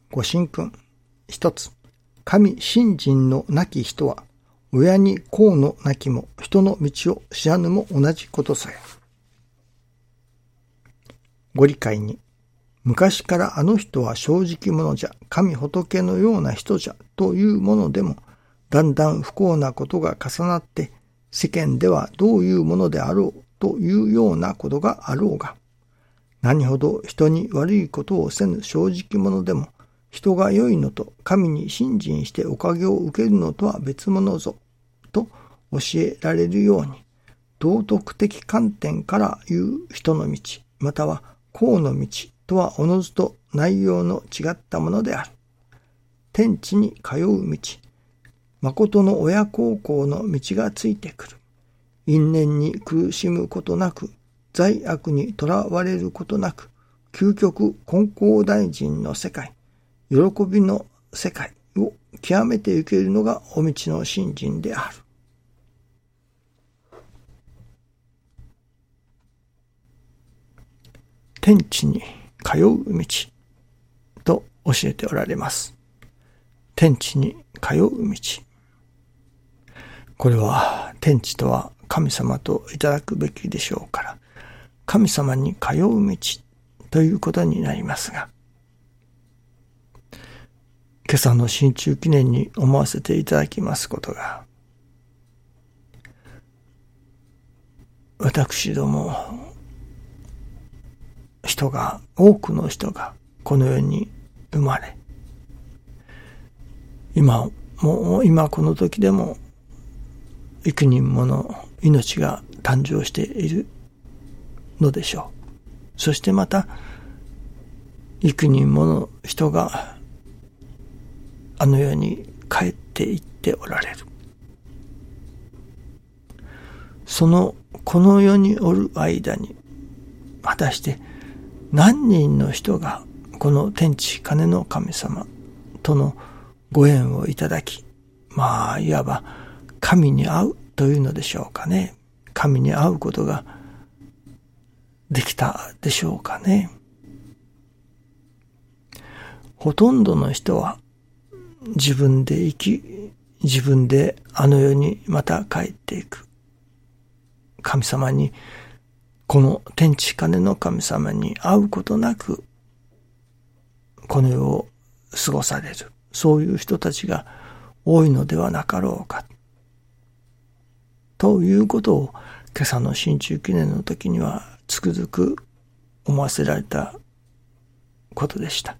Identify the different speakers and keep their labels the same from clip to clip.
Speaker 1: ご神君。一つ、神信心のなき人は、親に子のなきも人の道を知らぬも同じことさや。ご理解に、昔からあの人は正直者じゃ、神仏のような人じゃというものでも、だんだん不幸なことが重なって、世間ではどういうものであろうというようなことがあろうが、何ほど人に悪いことをせぬ正直者でも、人が良いのと神に信心しておかげを受けるのとは別物ぞ、と教えられるように、道徳的観点から言う人の道、または公の道とはおのずと内容の違ったものである。天地に通う道、誠の親孝行の道がついてくる。因縁に苦しむことなく、罪悪にとらわれることなく、究極金光大臣の世界、喜びの世界を極めていけるのがお道の信心である。天地に通う道と教えておられます。天地に通う道。これは天地とは神様といただくべきでしょうから、神様に通う道ということになりますが、今朝の新中記念に思わせていただきますことが、私ども多くの人がこの世に生まれ、今この時でも幾人もの命が誕生しているのでしょう。そしてまた幾人もの人があの世に帰っていっておられる。この世におる間に、果たして何人の人がこの天地金の神様とのご縁をいただき、いわば神に会うというのでしょうかね。神に会うことができたでしょうかね。ほとんどの人は自分で生き、自分であの世にまた帰っていく。神様に、この天地金の神様に会うことなく、この世を過ごされる。そういう人たちが多いのではなかろうか。ということを、今朝の新中記念の時にはつくづく思わせられたことでした。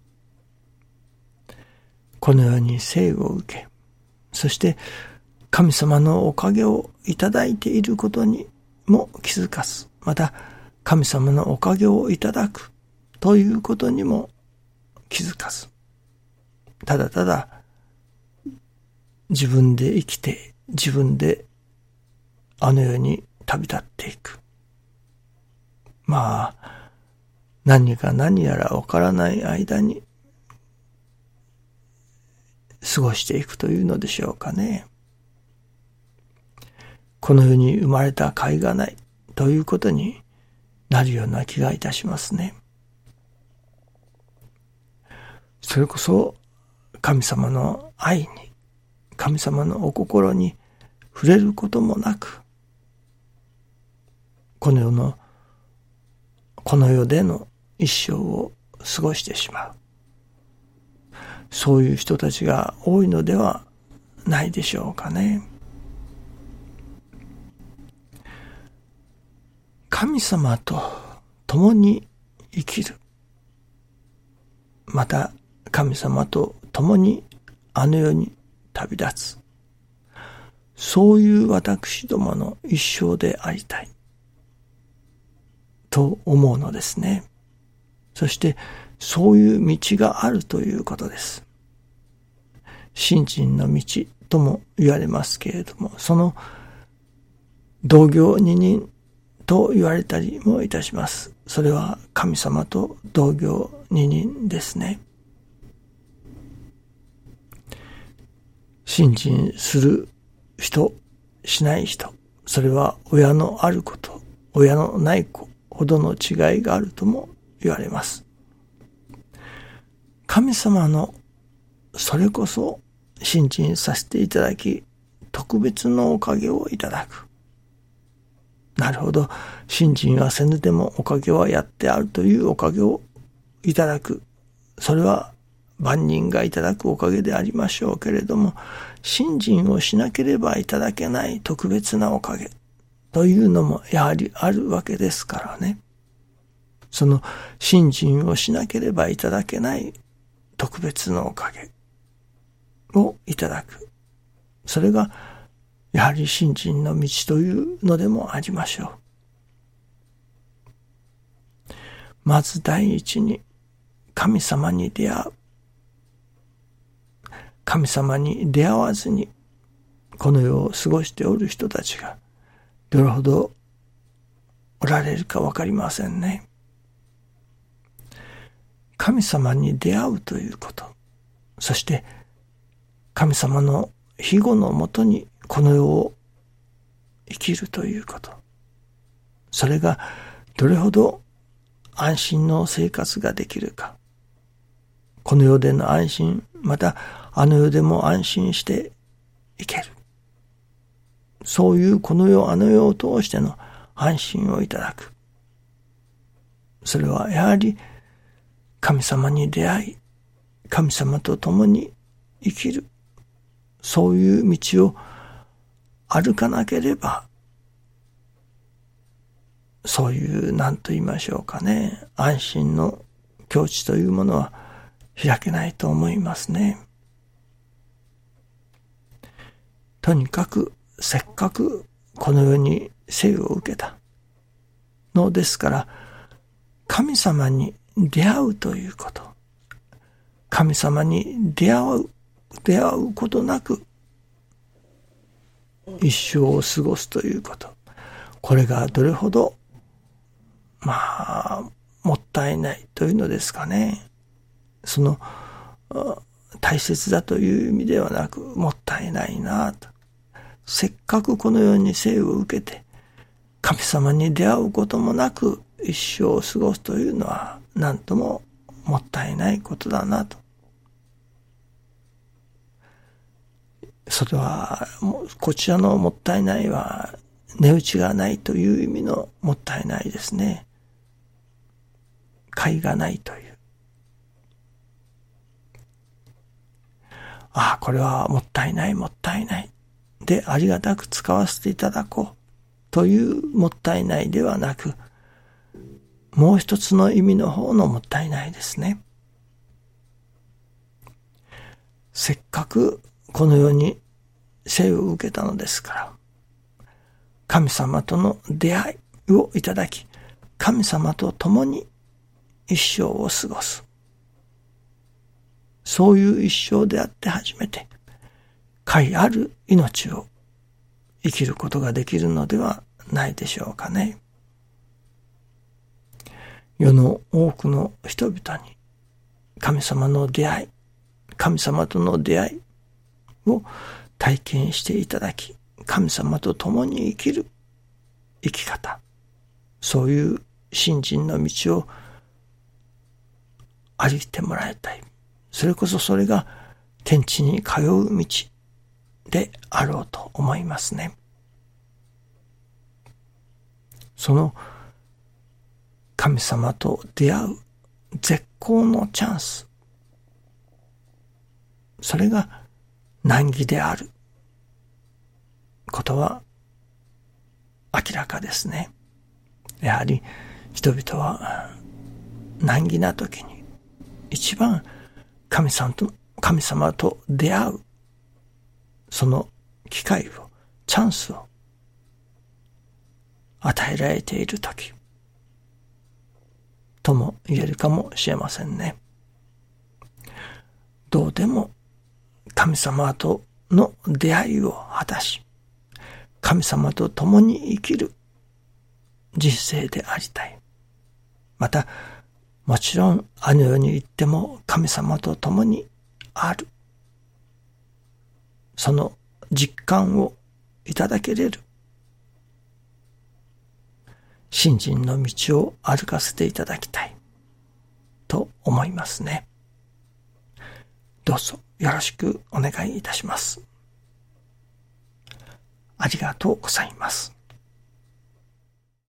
Speaker 1: このように生を受け、そして神様のおかげをいただいていることにも気づかず、また神様のおかげをいただくということにも気づかず、ただただ自分で生きて、自分であの世に旅立っていく。何か何やらわからない間に過ごしていくというのでしょうかね。この世に生まれた甲斐がないということになるような気がいたしますね。それこそ神様の愛に、神様のお心に触れることもなく、この世での一生を過ごしてしまう。そういう人たちが多いのではないでしょうかね。神様と共に生きる。また神様と共にあの世に旅立つ。そういう私どもの一生でありたい。と思うのですね。そしてそういう道があるということです。信心の道とも言われますけれども、その同業二人と言われたりもいたします。それは神様と同業二人ですね。信心する人、しない人、それは親のある子と親のない子ほどの違いがあるとも言われます。 神様のそれこそ信心させていただき、特別のおかげをいただく。なるほど。信心はせぬでもおかげはやってあるというおかげをいただく。それは万人がいただくおかげでありましょうけれども、信心をしなければいただけない特別なおかげというのもやはりあるわけですからね。その信心をしなければいただけない特別なおかげをいただく。それがやはり信心の道というのでもありましょう。まず第一に神様に出会う。神様に出会わずにこの世を過ごしておる人たちがどれほどおられるかわかりませんね。神様に出会うということ、そして神様の庇護のもとにこの世を生きるということ、それがどれほど安心の生活ができるか。この世での安心、またあの世でも安心していける。そういうこの世あの世を通しての安心をいただく。それはやはり神様に出会い、神様と共に生きる。そういう道を歩かなければ、そういう何と言いましょうかね、安心の境地というものは開けないと思いますね。とにかくせっかくこの世に生を受けたのですから、神様に出会うということ、神様に出会うことなく一生を過ごすということ、これがどれほどもったいないというのですかね。その大切だという意味ではなく、もったいないなと。せっかくこの世に生を受けて神様に出会うこともなく一生を過ごすというのは何とももったいないことだなと。それはこちらのもったいないは値打ちがないという意味のもったいないですね。甲斐がないという。これはもったいないで、ありがたく使わせていただこうというもったいないではなく、もう一つの意味の方のもったいないですね。せっかくこの世に生を受けたのですから、神様との出会いをいただき、神様と共に一生を過ごす。そういう一生であって初めて、甲斐ある命を生きることができるのではないでしょうかね。世の多くの人々に神様の出会い、神様との出会いを体験していただき、神様と共に生きる生き方、そういう信心の道を歩いてもらいたい。それこそそれが天地に通う道であろうと思いますね。その神様と出会う絶好のチャンス、それが難儀であることは明らかですね。やはり人々は難儀な時に一番神様と出会うその機会を、チャンスを与えられている時とも言えるかもしれませんね。どうでも神様との出会いを果たし、神様と共に生きる人生でありたい。またもちろんあの世に行っても神様と共にある、その実感をいただけれる信心の道を歩かせていただきたいと思いますね。 どうぞよろしくお願いいたします。ありがとうございます。